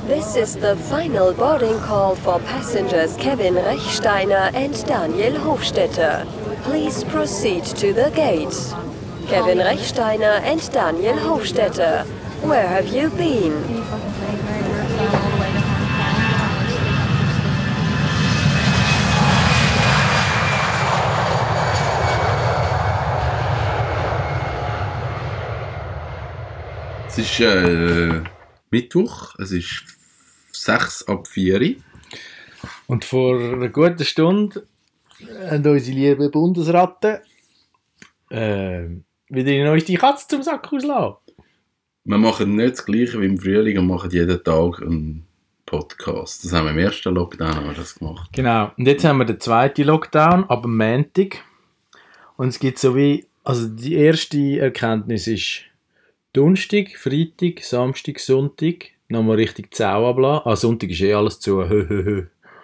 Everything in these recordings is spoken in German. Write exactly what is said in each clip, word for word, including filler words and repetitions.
This is the final boarding call for passengers Kevin Rechsteiner and Daniel Hofstetter. Please proceed to the gate. Kevin Rechsteiner and Daniel Hofstetter, where have you been? Es ist äh, Mittwoch, es ist sechs ab vier. Und vor einer guten Stunde haben unsere lieben Bundesratten äh, wieder die neueste Katze zum Sack auslassen. Wir machen nicht das Gleiche wie im Frühling und machen jeden Tag einen Podcast. Das haben wir im ersten Lockdown haben wir das gemacht. Genau, und jetzt haben wir den zweiten Lockdown, ab dem Montag. Und es gibt so wie, also die erste Erkenntnis ist Donnerstag, Freitag, Samstag, Sonntag, nochmal richtig Zau ablassen. Ah, Sonntag ist eh alles zu. Hö, hö, hö.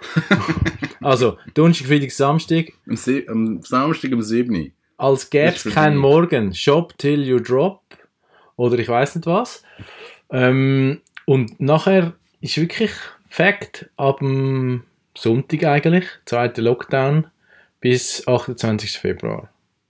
Also, Donnerstag, Freitag, Samstag. Am, Sie- am Samstag um sieben. Als gäbe es keinen Morgen. Shop till you drop. Oder ich weiß nicht was. Ähm, und nachher ist wirklich Fakt, ab dem Sonntag eigentlich, zweiter Lockdown, bis achtundzwanzigsten Februar.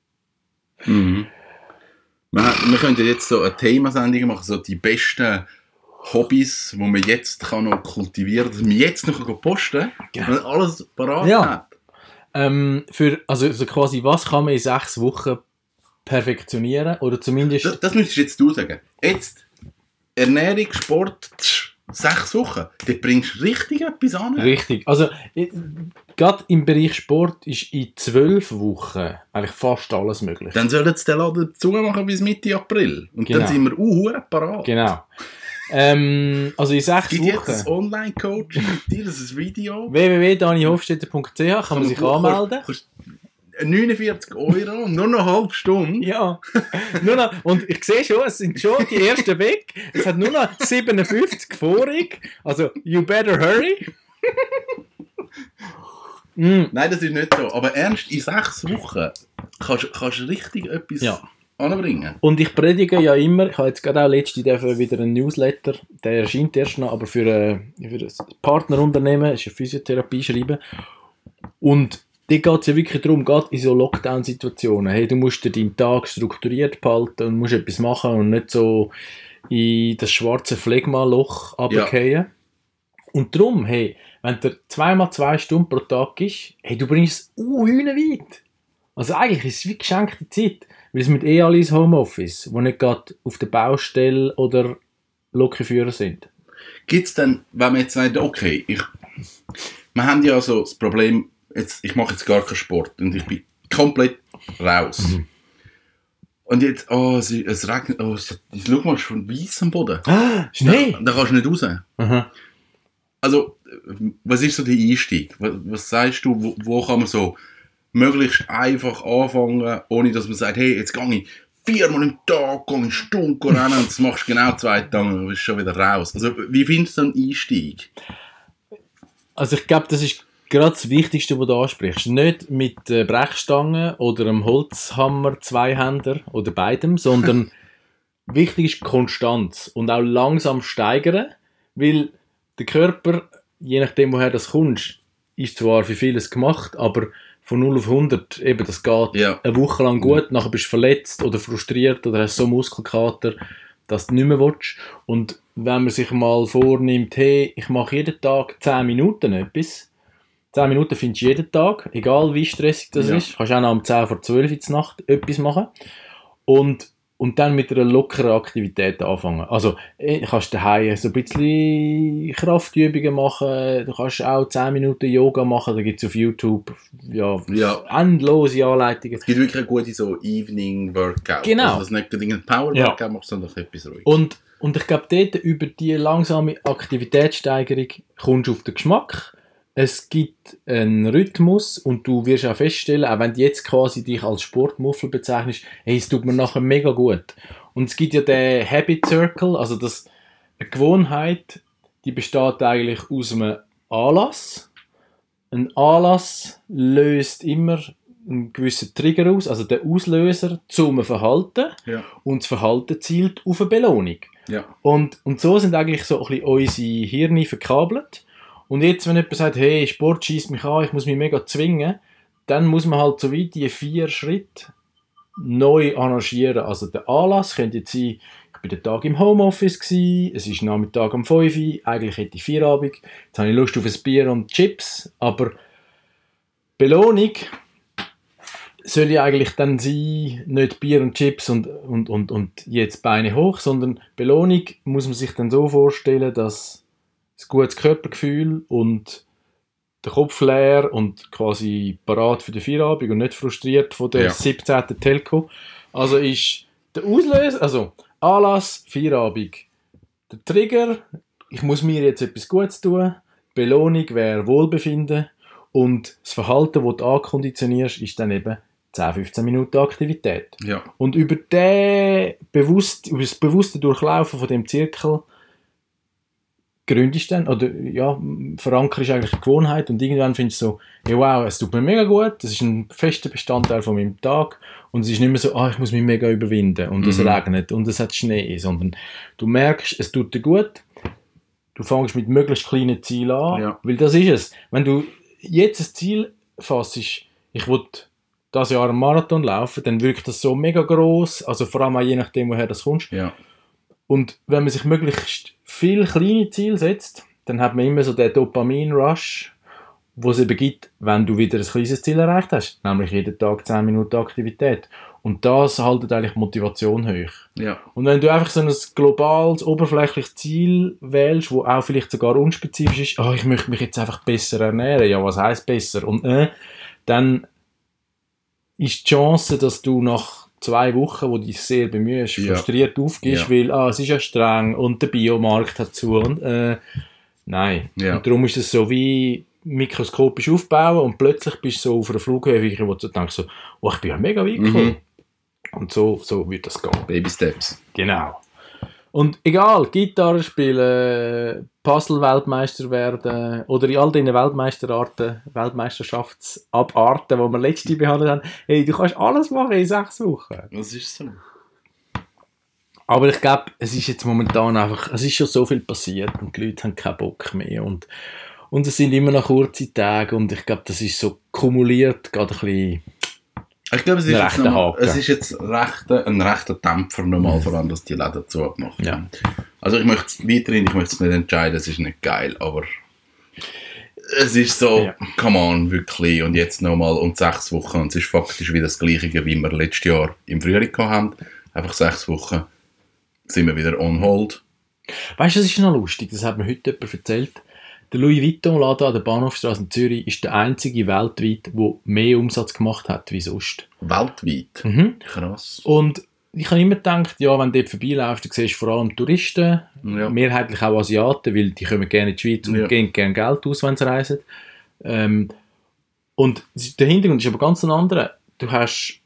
Mhm. Wir, wir könnten jetzt so eine Themasendung machen, so die besten Hobbys, die man jetzt kann noch kultivieren kann, dass man jetzt noch posten kann, Ja. wenn man alles parat Ja. hat. Ähm, für, also, also quasi, was kann man in sechs Wochen perfektionieren? Oder zumindest... Das, das müsstest jetzt du sagen. Jetzt Ernährung, Sport, tsch, sechs Wochen, dann bringst du richtig etwas an. Richtig. Also, ich- gerade im Bereich Sport ist in zwölf Wochen eigentlich fast alles möglich. Dann sollen sie den Laden zumachen bis Mitte April. Und Genau. dann sind wir uh, parat. Genau. Ähm, also in sechs Es gibt jetzt ein Wochen. Online-Coaching mit dir, das ist ein Video. w w w punkt dani hofstetter punkt c h kann man sich anmelden. Kostet neunundvierzig Euro, nur noch eine halbe Stunde. Ja, nur noch, und ich sehe schon, es sind schon die ersten weg. Es hat nur noch siebenundfünfzig vorig. Also, you better hurry. mm. Nein, das ist nicht so. Aber ernst, in sechs Wochen kannst kannst du richtig etwas Ja. anbringen. Und ich predige ja immer, ich habe jetzt gerade auch letzte Woche wieder einen Newsletter, der erscheint erst noch, aber für, ein- für ein Partnerunternehmen, ist eine Physiotherapie schreiben. Und da geht es ja wirklich darum, gerade in so Lockdown-Situationen, hey, du musst dir deinen Tag strukturiert behalten und musst etwas machen und nicht so in das schwarze Phlegma-Loch runterfallen. Und darum, hey, wenn du zweimal zwei Stunden pro Tag gibst, hey, du bringst es uh, weit. Also eigentlich ist es wie geschenkte Zeit, weil es mit eh alle ins Homeoffice, die nicht gerade auf der Baustelle oder Lokführer sind. Gibt es dann, wenn man jetzt sagt, okay, ich, wir haben ja so das Problem, jetzt, ich mache jetzt gar keinen Sport und ich bin komplett raus. Mhm. Und jetzt, oh, es, es regnet, oh, es, schau mal, es ist schon weiss am Boden. Ah, Schnee! Da, da kannst du nicht raus. Aha. Also, was ist so der Einstieg? Was, was sagst du, wo, wo kann man so möglichst einfach anfangen, ohne dass man sagt, hey, jetzt gehe ich viermal im Tag, gehe ich eine Stunde rennen und das machst du genau zwei Tage und bist schon wieder raus. Also, wie findest du so einen Einstieg? Also ich glaube, das ist gerade das Wichtigste, was du ansprichst. Nicht mit äh, Brechstangen oder einem Holzhammer, Zweihänder oder beidem, sondern wichtig ist Konstanz und auch langsam steigern, weil der Körper, je nachdem woher das kommst, ist zwar für vieles gemacht, aber von null auf hundert, eben, das geht Ja. eine Woche lang gut, nachher bist du verletzt oder frustriert oder hast so Muskelkater, dass du nicht mehr willst. Und wenn man sich mal vornimmt, hey, ich mache jeden Tag zehn Minuten etwas, zehn Minuten findest du jeden Tag, egal wie stressig das Ja. ist, du kannst auch noch um zehn vor zwölf in der Nacht etwas machen und, und dann mit einer lockeren Aktivität anfangen. Also eh, du kannst daheim so ein bisschen Kraftübungen machen, du kannst auch zehn Minuten Yoga machen, da gibt es auf YouTube ja, Ja. endlose Anleitungen. Es gibt wirklich eine gute so Evening-Workout. Genau. Also, dass du nicht einen Power-Workout machst, sondern etwas ruhig. Und, und ich glaube, dort über die langsame Aktivitätssteigerung kommst du auf den Geschmack. Es gibt einen Rhythmus und du wirst auch feststellen, auch wenn du jetzt quasi dich als Sportmuffel bezeichnest, hey, es tut mir nachher mega gut. Und es gibt ja den Habit Circle, also das, eine Gewohnheit, die besteht eigentlich aus einem Anlass. Ein Anlass löst immer einen gewissen Trigger aus, also der Auslöser zum Verhalten. Ja. Und das Verhalten zielt auf eine Belohnung. Ja. Und, und so sind eigentlich so ein bisschen unsere Hirne verkabelt. Und jetzt, wenn jemand sagt, hey, Sport schießt mich an, ich muss mich mega zwingen, dann muss man halt so wie die vier Schritte neu arrangieren. Also der Anlass könnte jetzt sein, ich war den Tag im Homeoffice, gewesen, es ist Nachmittag um fünf Uhr, eigentlich hätte ich Feierabend, jetzt habe ich Lust auf ein Bier und Chips, aber Belohnung soll ja eigentlich dann sein, nicht Bier und Chips und, und, und, und jetzt Beine hoch, sondern Belohnung muss man sich dann so vorstellen, dass ein gutes Körpergefühl und der Kopf leer und quasi parat für den Feierabend und nicht frustriert von der Ja. siebzehnten Telco. Also ist der Auslöser, also Anlass, Feierabend. Der Trigger, ich muss mir jetzt etwas Gutes tun. Belohnung wäre Wohlbefinden. Und das Verhalten, das du ankonditionierst, ist dann eben zehn bis fünfzehn Minuten Aktivität. Ja. Und über, den bewusst, über das bewusste Durchlaufen von dem Zirkel gründest dann, oder ja, verankerst eigentlich eine Gewohnheit und irgendwann findest du so, ja wow, es tut mir mega gut, das ist ein fester Bestandteil von meinem Tag und es ist nicht mehr so, ah, ich muss mich mega überwinden und es Mhm. regnet und es hat Schnee, sondern du merkst, es tut dir gut, du fängst mit möglichst kleinen Zielen an, Ja. weil das ist es. Wenn du jetzt ein Ziel fassst, ich will das Jahr einen Marathon laufen, dann wirkt das so mega gross, also vor allem auch je nachdem, woher das kommst. Ja. Und wenn man sich möglichst viele kleine Ziele setzt, dann hat man immer so den Dopamin-Rush, wo es eben gibt, wenn du wieder ein kleines Ziel erreicht hast, nämlich jeden Tag zehn Minuten Aktivität. Und das haltet eigentlich Motivation hoch. Ja. Und wenn du einfach so ein globales, oberflächliches Ziel wählst, wo auch vielleicht sogar unspezifisch ist, oh, ich möchte mich jetzt einfach besser ernähren, ja, was heisst besser? Und äh, dann ist die Chance, dass du nach zwei Wochen, wo du dich sehr bemühst, Ja. frustriert aufgibst, Ja. weil ah, es ist ja streng und der Biomarkt hat zu und äh, nein. Ja. Und darum ist es so wie mikroskopisch aufbauen und plötzlich bist du so auf einer Flughöhe, wo du denkst so, oh, ich bin ja mega weit gekommen. Mhm. Und so, so wird das gehen. Baby Steps. Genau. Und egal, Gitarre spielen, Puzzle-Weltmeister werden oder in all diesen Weltmeisterarten, Weltmeisterschaftsabarten, die wir letzte behandelt haben, hey, du kannst alles machen in sechs Wochen. Das ist so. Aber ich glaube, es ist jetzt momentan einfach, es ist schon so viel passiert und die Leute haben keinen Bock mehr und, und es sind immer noch kurze Tage und ich glaube, das ist so kumuliert, gerade ein bisschen. Ich glaube, es ist, Ein jetzt, rechter noch, Haken. es ist jetzt rechter, ein rechter Dämpfer nochmal voran, dass die Läden zu machen. Ja. Also ich möchte es weiterhin, ich möchte es nicht entscheiden, es ist nicht geil, aber es ist so, Ja. come on, wirklich, und jetzt nochmal und sechs Wochen, und es ist faktisch wie das Gleiche, wie wir letztes Jahr im Frühling gehabt haben, einfach sechs Wochen sind wir wieder on hold. Weißt du, das ist noch lustig, das hat mir heute jemand erzählt. Der Louis Vuitton-Laden an der Bahnhofstrasse in Zürich ist der einzige weltweit, der mehr Umsatz gemacht hat wie sonst. Weltweit. Mhm. Krass. Und ich habe immer gedacht, ja, wenn du dort vorbeiläufst, dann siehst du vor allem Touristen, Ja. mehrheitlich auch Asiaten, weil die kommen gerne in die Schweiz und Ja. geben gerne Geld aus, wenn sie reisen. Ähm, und der Hintergrund ist aber ganz ein anderer. Du hast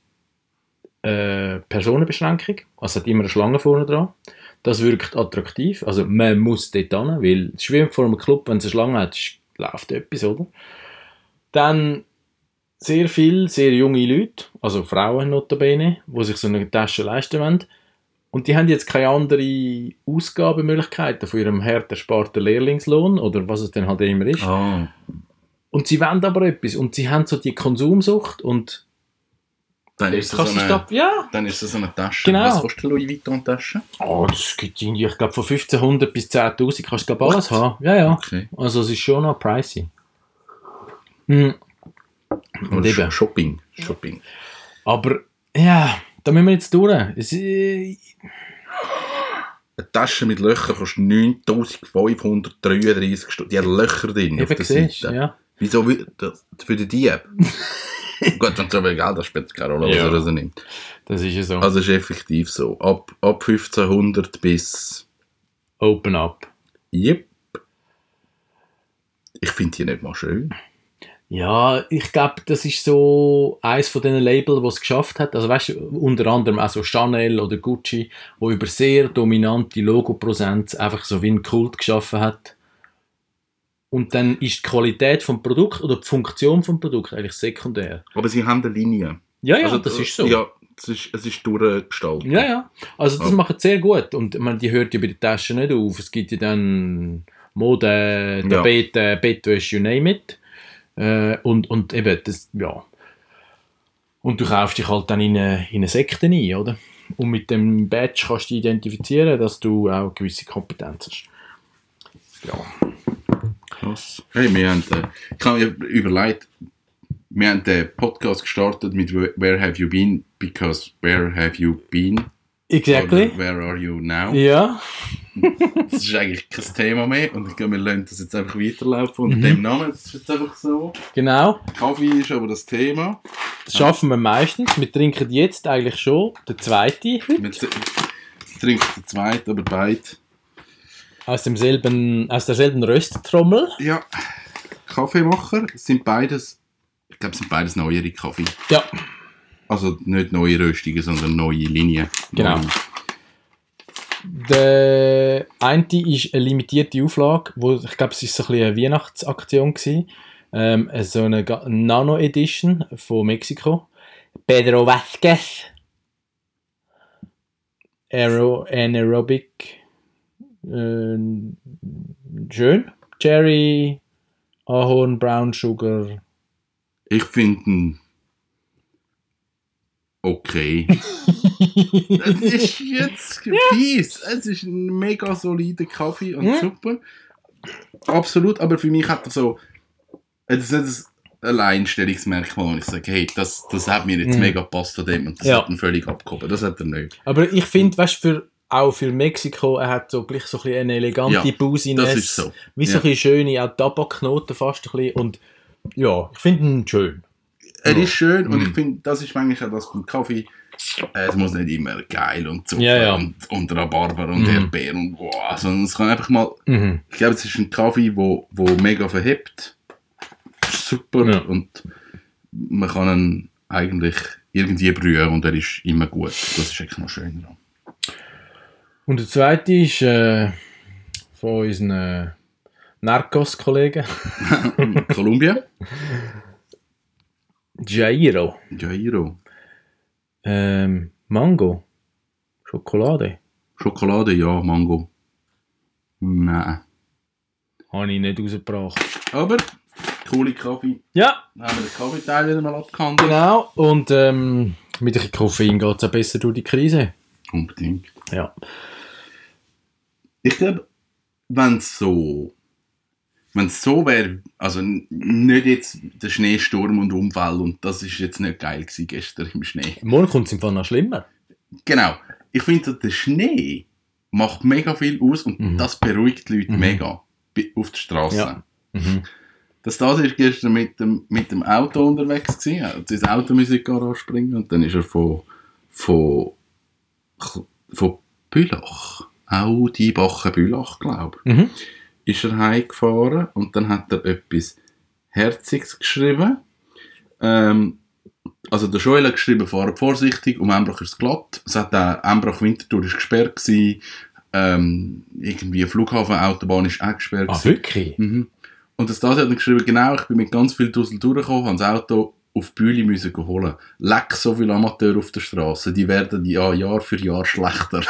äh, Personenbeschränkung, also es hat immer eine Schlange vorne dran. Das wirkt attraktiv, also man muss dort hin, weil es schwimmt vor einem Club, wenn es eine Schlange hat, ist, läuft etwas, oder? Dann sehr viele, sehr junge Leute, also Frauen notabene, die sich so eine Tasche leisten wollen. Und die haben jetzt keine andere Ausgabemöglichkeiten von ihrem hart ersparten Lehrlingslohn oder was es dann halt immer ist. Ah, Und sie wollen aber etwas und sie haben so die Konsumsucht und dann ist, das so eine, Kassenstab, ja. dann ist das so eine Tasche. Genau. Was kostet eine Louis Vuitton-Tasche? Oh, das gibt irgendwie, ich glaube von fünfzehnhundert bis zehntausend kannst du glaube alles haben. Ja, ja. Okay. Also es ist schon noch pricey. Hm. Und Sch- eben. Shopping. Shopping. Aber ja, da müssen wir jetzt durch. Es, äh, Eine Tasche mit Löchern kostet neuntausendfünfhundertdreiunddreißig Stunden. Die hat Löcher drin auf eben der siehst, Seite. ja. Wieso? wi- das- Für den Dieb? Gut, wenn es aber Geld das spielt keine Rolle, was Ja. er also nimmt. Das ist ja so. Also es ist effektiv so. Ab, ab fünfzehnhundert bis... Open up. Yep. Ich finde die nicht mal schön. Ja, ich glaube, das ist so eins von diesen Labels, was es geschafft hat. Also weißt du, unter anderem auch so Chanel oder Gucci, wo über sehr dominante Logopräsenz einfach so wie einen Kult geschaffen hat. Und dann ist die Qualität vom Produkt oder die Funktion vom Produkt eigentlich sekundär. Aber sie haben eine Linie. Ja, ja, Also, das ist so. Ja, es ist, es ist durchgestaltet. Ja, ja. Also das Aber- macht sehr gut. Und ich meine, die hört ja bei den Taschen nicht auf. Es gibt ja dann Mode, Tapete, Bettwäsche, you name it. Äh, und, und eben, das, ja. Und du kaufst dich halt dann in eine, in eine Sekte ein, oder? Und mit dem Badge kannst du identifizieren, dass du auch eine gewisse Kompetenz hast. Ja. Krass. Hey, wir haben, äh, ich habe mir überlegt, wir haben den Podcast gestartet mit Where have you been? Because where have you been? Exactly. Oder where are you now? Ja. Das ist eigentlich kein Thema mehr und ich glaube, wir lassen das jetzt einfach weiterlaufen unter dem Namen. Das ist jetzt einfach so. Genau. Kaffee ist aber das Thema. Das schaffen wir meistens. Wir trinken jetzt eigentlich schon den zweiten Wir z- trinken den zweiten, aber beide. aus, demselben, aus derselben Rösttrommel. Ja, Kaffeemacher sind beides, ich glaube, sind beides neuere Kaffee. Ja. Also nicht neue Röstungen, sondern neue Linien. Genau. Neue. Der eine ist eine limitierte Auflage, wo ich glaube, es ist so ein bisschen eine Weihnachtsaktion gewesen. Ähm, so eine Ga- Nano-Edition von Mexiko. Pedro Vázquez. Aero Anaerobic. Äh, schön. Cherry, Ahorn, Brown Sugar. Ich finde ihn okay. Es ist jetzt fies. Es ist ein mega solider Kaffee und Ja. super. Absolut, aber für mich hat er so. Es ist ein Alleinstellungsmerkmal, wenn ich sage, hey, das, das hat mir jetzt Mhm. mega gepasst an dem und das Ja. hat ihn völlig abgehoben. Das hat er nicht. Aber ich finde, weißt du, für, auch für Mexiko, er hat so gleich so ein bisschen eine elegante Ja, Business. Das ist so. Wie so Ja. ein bisschen schöne, auch Tabakknoten fast ein bisschen. Und ja, ich finde ihn schön. Er ist schön und Mhm. ich finde, das ist manchmal auch das beim Kaffee. Äh, Es muss nicht immer geil und Zucker Ja, ja. Und, und Rhabarber und Mhm. Erdbeeren und wow, sondern es kann einfach mal. Mhm. Ich glaube, es ist ein Kaffee, wo, wo mega verhebt. Super Ja. und man kann ihn eigentlich irgendwie brühen und er ist immer gut. Das ist echt noch schön dran. Und der zweite ist äh, von unseren äh, Narcos-Kollegen. Kolumbien? Jairo. Jairo. Ähm, Mango. Schokolade. Schokolade, ja. Mango. Nein. Habe ich nicht rausgebracht. Aber coole Kaffee. Ja, Dann haben wir den Kaffeeteil wieder mal abgehandelt. genau. Und ähm, mit ein bisschen Koffein geht es auch besser durch die Krise. Unbedingt. Ja. Ich glaube, wenn es so, wenn es so wäre, also n- nicht jetzt der Schneesturm und Unfall und das ist jetzt nicht geil gewesen gestern im Schnee. Morgen kommt es im Fall noch schlimmer. Genau. Ich finde, der Schnee macht mega viel aus und Mhm. das beruhigt die Leute Mhm. mega bi- auf der Straße. Ja. Mhm. Das das ist gestern mit dem, mit dem Auto unterwegs gewesen. Er hat sein Auto in die Garage bringen und dann ist er von, von, von Bülach, Audi Bachen Bülach, glaube ich, Mhm. ist er heimgefahren und dann hat er etwas Herziges geschrieben. Ähm, also der Joel hat geschrieben, fahrt vorsichtig, um Embrach ist es glatt. Es hat auch, Embrach Winterthur ist gesperrt gewesen. Ähm, irgendwie Flughafenautobahn ist auch gesperrt Ah, gewesen. wirklich? Mhm. Und das, das hat er geschrieben, genau, ich bin mit ganz viel Dussel durchgekommen, habe das Auto auf die Bühne müssen holen. Leck, so viele Amateure auf der Straße, die werden ja Jahr für Jahr schlechter.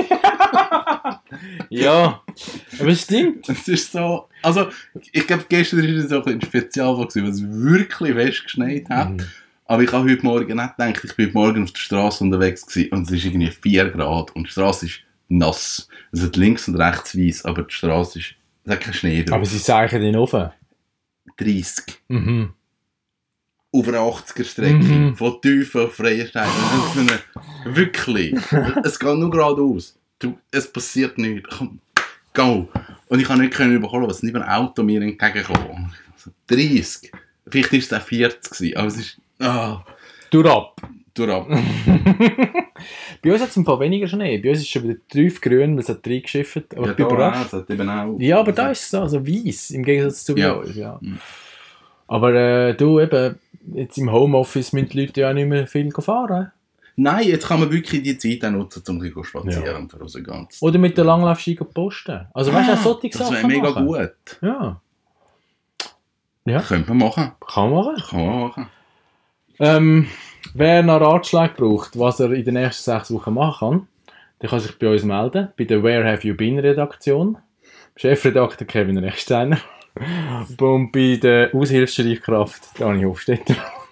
Ja, aber es stimmt. Es ist so, also ich glaube gestern war es so ein Spezialfall, weil es wirklich fest geschneit hat. Mhm. Aber ich habe heute Morgen nicht gedacht, ich bin heute Morgen auf der Straße unterwegs gewesen und es ist irgendwie vier Grad und die Straße ist nass. Es hat links und rechts weiß, aber die Straße ist, es hat keinen Schnee drauf. Aber sie zeichnen den offen. dreißig. Mhm. Auf einer achtziger Strecke, Mhm. von Tiefen auf Freienstein. Wirklich, es geht nur geradeaus. Du, es passiert nichts. Komm, go. Und ich kann nicht können überholen, was nicht ein Auto mir entgegenkommt. Also dreißig. Vielleicht war es auch vierzig gewesen, aber es ist... Ah, Durch ab. durch ab. Bei uns hat es im Fall weniger Schnee. Bei uns ist es schon wieder tiefgrün, weil es hat reingeschifft. Aber Ja, ich bin da auch, überrascht. es hat eben auch... Ja, aber da ist es also weiss, im Gegensatz zu bei Ja. uns. Ja. Mhm. Aber äh, du eben, jetzt im Homeoffice müssen die Leute ja nicht mehr viel fahren. Nein, jetzt kann man wirklich die Zeit auch nutzen, um ein bisschen spazieren Ja. und rausgehen. Oder mit der Langlaufski posten. Also weißt du, auch solche Das Sachen wäre mega machen. gut. Ja. Ja, Könnte man machen. kann man machen. Kann man machen. Ähm, wer noch Ratschläge braucht, was er in den nächsten sechs Wochen machen kann, der kann sich bei uns melden, bei der Where Have You Been Redaktion. Chefredakteur Kevin Rechsteiner. Und bei der Aushilfsschreibkraft Dani Hofstetter.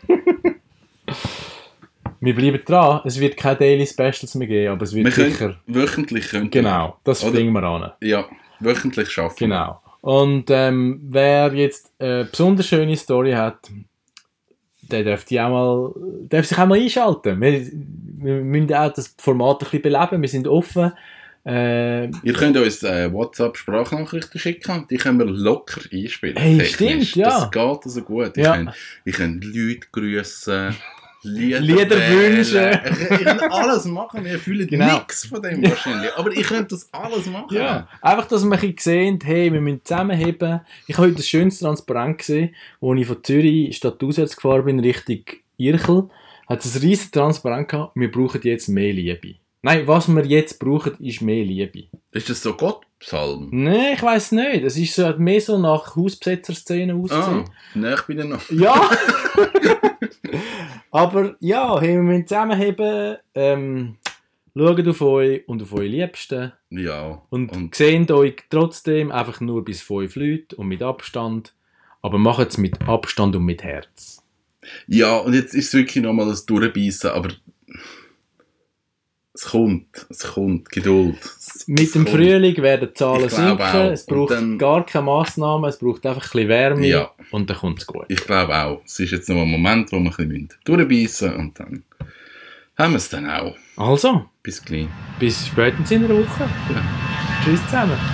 Wir bleiben dran. Es wird keine Daily Specials mehr geben, aber es wird wir sicher... Wöchentlich könnten Genau, das bringen wir an. Ja, wöchentlich schaffen. Genau. Und ähm, wer jetzt eine besonders schöne Story hat, der darf, die auch mal, darf sich auch mal einschalten. Wir, wir müssen auch das Format ein bisschen beleben. Wir sind offen. Äh, Ihr könnt uns äh, WhatsApp-Sprachnachrichten schicken, die können wir locker einspielen. Hey, technisch. stimmt, ja. Das geht so gut. Ich Ja. kann, ich kann Leute grüßen, Lieder, Lieder wählen. wünschen. Ich, ich kann alles machen, wir fühlen Genau. nichts von dem wahrscheinlich. Aber ich könnte das alles machen. ja. Einfach, dass wir ein bisschen sehen, hey, wir müssen zusammenheben. Ich habe heute ein schönes Transparent gesehen, als ich von Zürich stadtauswärts gefahren bin, Richtung Irchel. Hat es ein riesiges Transparent gehabt, wir brauchen jetzt mehr Liebe. Nein, was wir jetzt brauchen, ist mehr Liebe. Ist das so Gottpsalm? Nein, ich weiss nicht. Es ist so, mehr so nach Hausbesetzer-Szenen ausgesehen. Ah, nein, ich bin ja noch. Ja! Aber ja, hey, wir müssen zusammenheben. Ähm, schaut auf euch und auf eure Liebsten. Ja. Und, und seht euch trotzdem einfach nur bis fünf Leute und mit Abstand. Aber macht es mit Abstand und mit Herz. Ja, und jetzt ist es wirklich nochmal das Durchbeissen, aber es kommt, es kommt, Geduld. Es, Mit es dem kommt. Frühling werden die Zahlen Ich glaube sinken. auch. Es braucht Und dann- gar keine Massnahmen, es braucht einfach ein bisschen Wärme Ja. und dann kommt es gut. Ich glaube auch. Es ist jetzt noch ein Moment, wo wir ein bisschen durchbeissen und dann haben wir es dann auch. Also, Bis gleich. bis spätestens in einer Woche. Ja. Tschüss zusammen.